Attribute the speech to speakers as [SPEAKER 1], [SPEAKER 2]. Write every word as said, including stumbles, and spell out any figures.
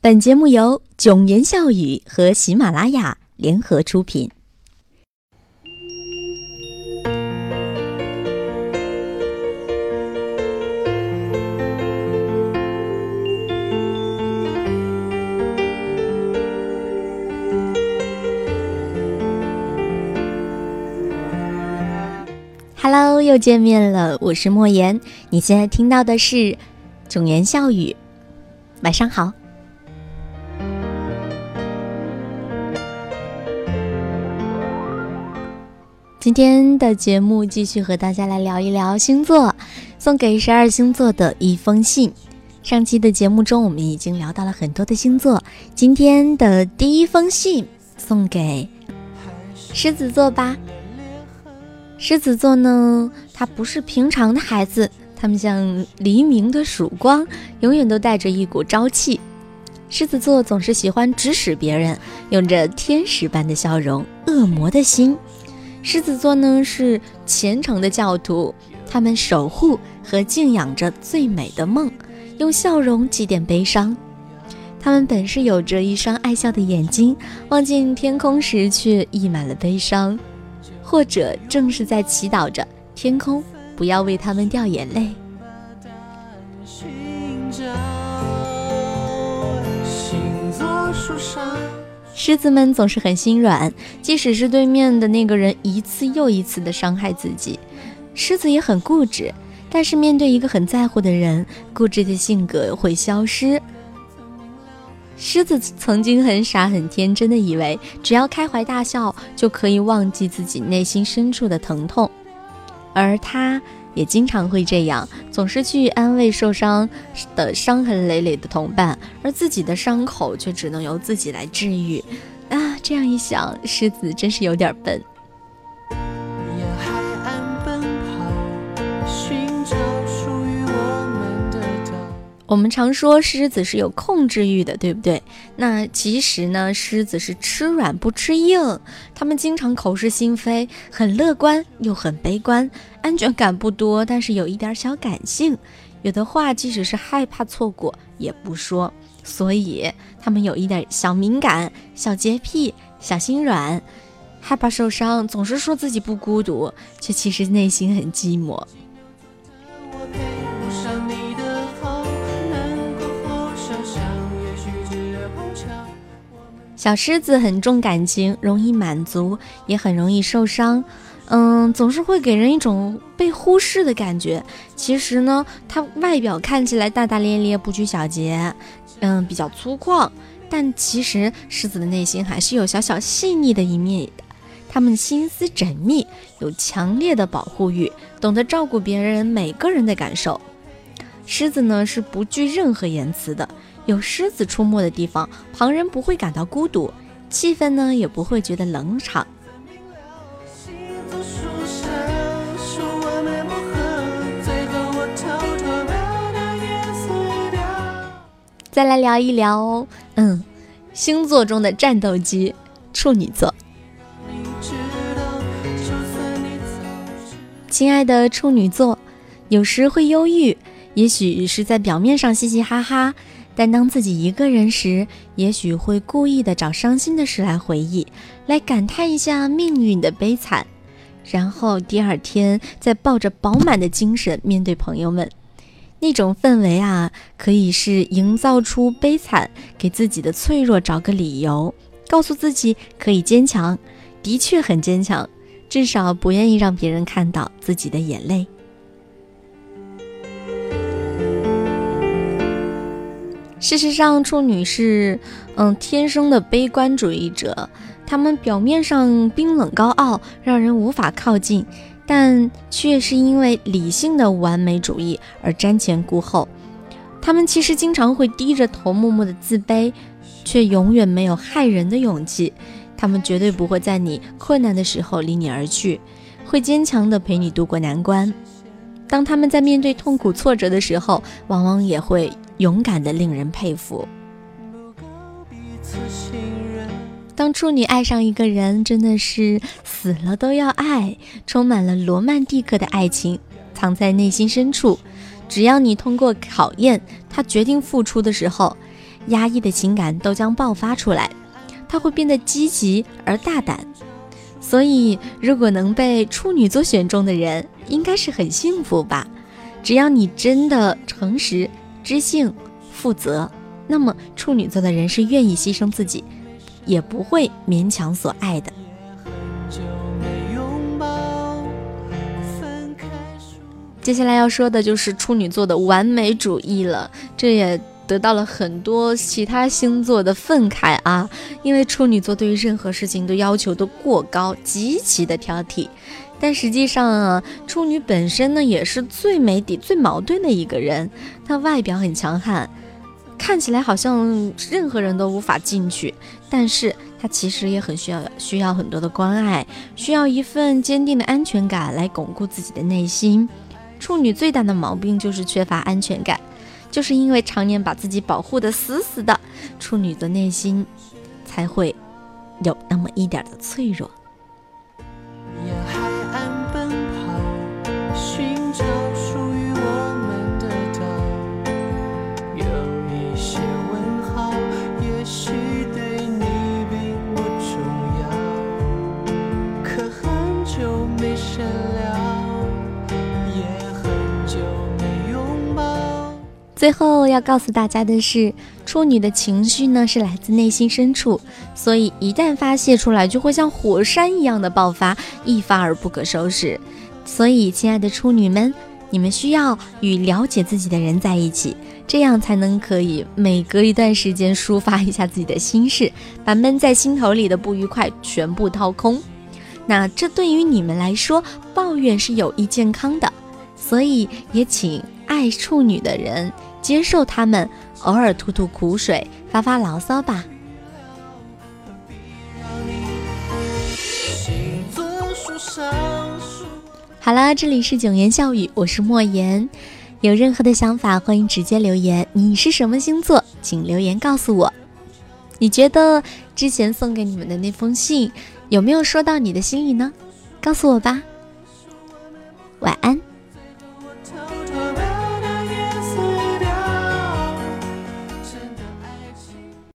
[SPEAKER 1] 本节目由囧言笑语和喜马拉雅联合出品。Hello， 又见面了，我是莫言。你现在听到的是囧言笑语，晚上好。今天的节目继续和大家来聊一聊星座，送给十二星座的一封信。上期的节目中我们已经聊到了很多的星座，今天的第一封信送给狮子座吧。狮子座呢，他不是平常的孩子，他们像黎明的曙光，永远都带着一股朝气。狮子座总是喜欢指使别人，有着天使般的笑容，恶魔的心。狮子座呢是虔诚的教徒，他们守护和敬仰着最美的梦，用笑容祭奠悲伤。他们本是有着一双爱笑的眼睛，望见天空时却溢满了悲伤，或者正是在祈祷着天空不要为他们掉眼泪。狮子们总是很心软，即使是对面的那个人一次又一次的伤害自己。狮子也很固执，但是面对一个很在乎的人，固执的性格会消失。狮子曾经很傻很天真的以为只要开怀大笑就可以忘记自己内心深处的疼痛，而他也经常会这样，总是去安慰受伤的伤痕累累的同伴，而自己的伤口却只能由自己来治愈啊！这样一想，狮子真是有点笨。我们常说狮子是有控制欲的，对不对？那其实呢，狮子是吃软不吃硬，他们经常口是心非，很乐观又很悲观，安全感不多，但是有一点小感性，有的话即使是害怕错过也不说，所以他们有一点小敏感、小洁癖、小心软，害怕受伤，总是说自己不孤独，却其实内心很寂寞。小狮子很重感情，容易满足，也很容易受伤，嗯，总是会给人一种被忽视的感觉。其实呢，它外表看起来大大咧咧、不拘小节，嗯，比较粗犷，但其实狮子的内心还是有小小细腻的一面的。他们心思缜密，有强烈的保护欲，懂得照顾别人每个人的感受。狮子呢是不惧任何言辞的，有狮子出没的地方，旁人不会感到孤独，气氛呢也不会觉得冷场。再来聊一聊，嗯，星座中的战斗机处女座。亲爱的处女座，有时会忧郁，也许是在表面上嘻嘻哈哈，但当自己一个人时，也许会故意的找伤心的事来回忆，来感叹一下命运的悲惨，然后第二天再抱着饱满的精神面对朋友们。那种氛围啊，可以是营造出悲惨，给自己的脆弱找个理由，告诉自己可以坚强，的确很坚强，至少不愿意让别人看到自己的眼泪。事实上，处女是嗯天生的悲观主义者，他们表面上冰冷高傲，让人无法靠近，但却是因为理性的完美主义而瞻前顾后。他们其实经常会低着头默默的自卑，却永远没有害人的勇气。他们绝对不会在你困难的时候离你而去，会坚强地陪你度过难关。当他们在面对痛苦挫折的时候，往往也会勇敢的令人佩服。当处女爱上一个人，真的是死了都要爱，充满了罗曼蒂克的爱情，藏在内心深处。只要你通过考验，他决定付出的时候， 压抑的情感都将爆发出来，他会变得积极而大胆。所以如果能被处女座选中的人，应该是很幸福吧。只要你真的诚实、知性、负责，那么处女座的人是愿意牺牲自己，也不会勉强所爱的。接下来要说的就是处女座的完美主义了，这也得到了很多其他星座的愤慨啊，因为处女座对于任何事情的要求都过高，极其的挑剔。但实际上啊，处女本身呢也是最没底、最矛盾的一个人。她外表很强悍，看起来好像任何人都无法进去，但是她其实也很需要需要很多的关爱，需要一份坚定的安全感来巩固自己的内心。处女最大的毛病就是缺乏安全感，就是因为常年把自己保护得死死的，处女的内心才会有那么一点的脆弱。最后要告诉大家的是，处女的情绪呢是来自内心深处，所以一旦发泄出来，就会像火山一样的爆发，一发而不可收拾。所以亲爱的处女们，你们需要与了解自己的人在一起，这样才能可以每隔一段时间抒发一下自己的心事，把闷在心头里的不愉快全部掏空。那这对于你们来说，抱怨是有益健康的，所以也请爱处女的人接受他们偶尔吐吐苦水，发发牢骚吧。好了，这里是九言笑语，我是莫言。有任何的想法，欢迎直接留言。你是什么星座？请留言告诉我。你觉得之前送给你们的那封信有没有说到你的心里呢？告诉我吧。晚安。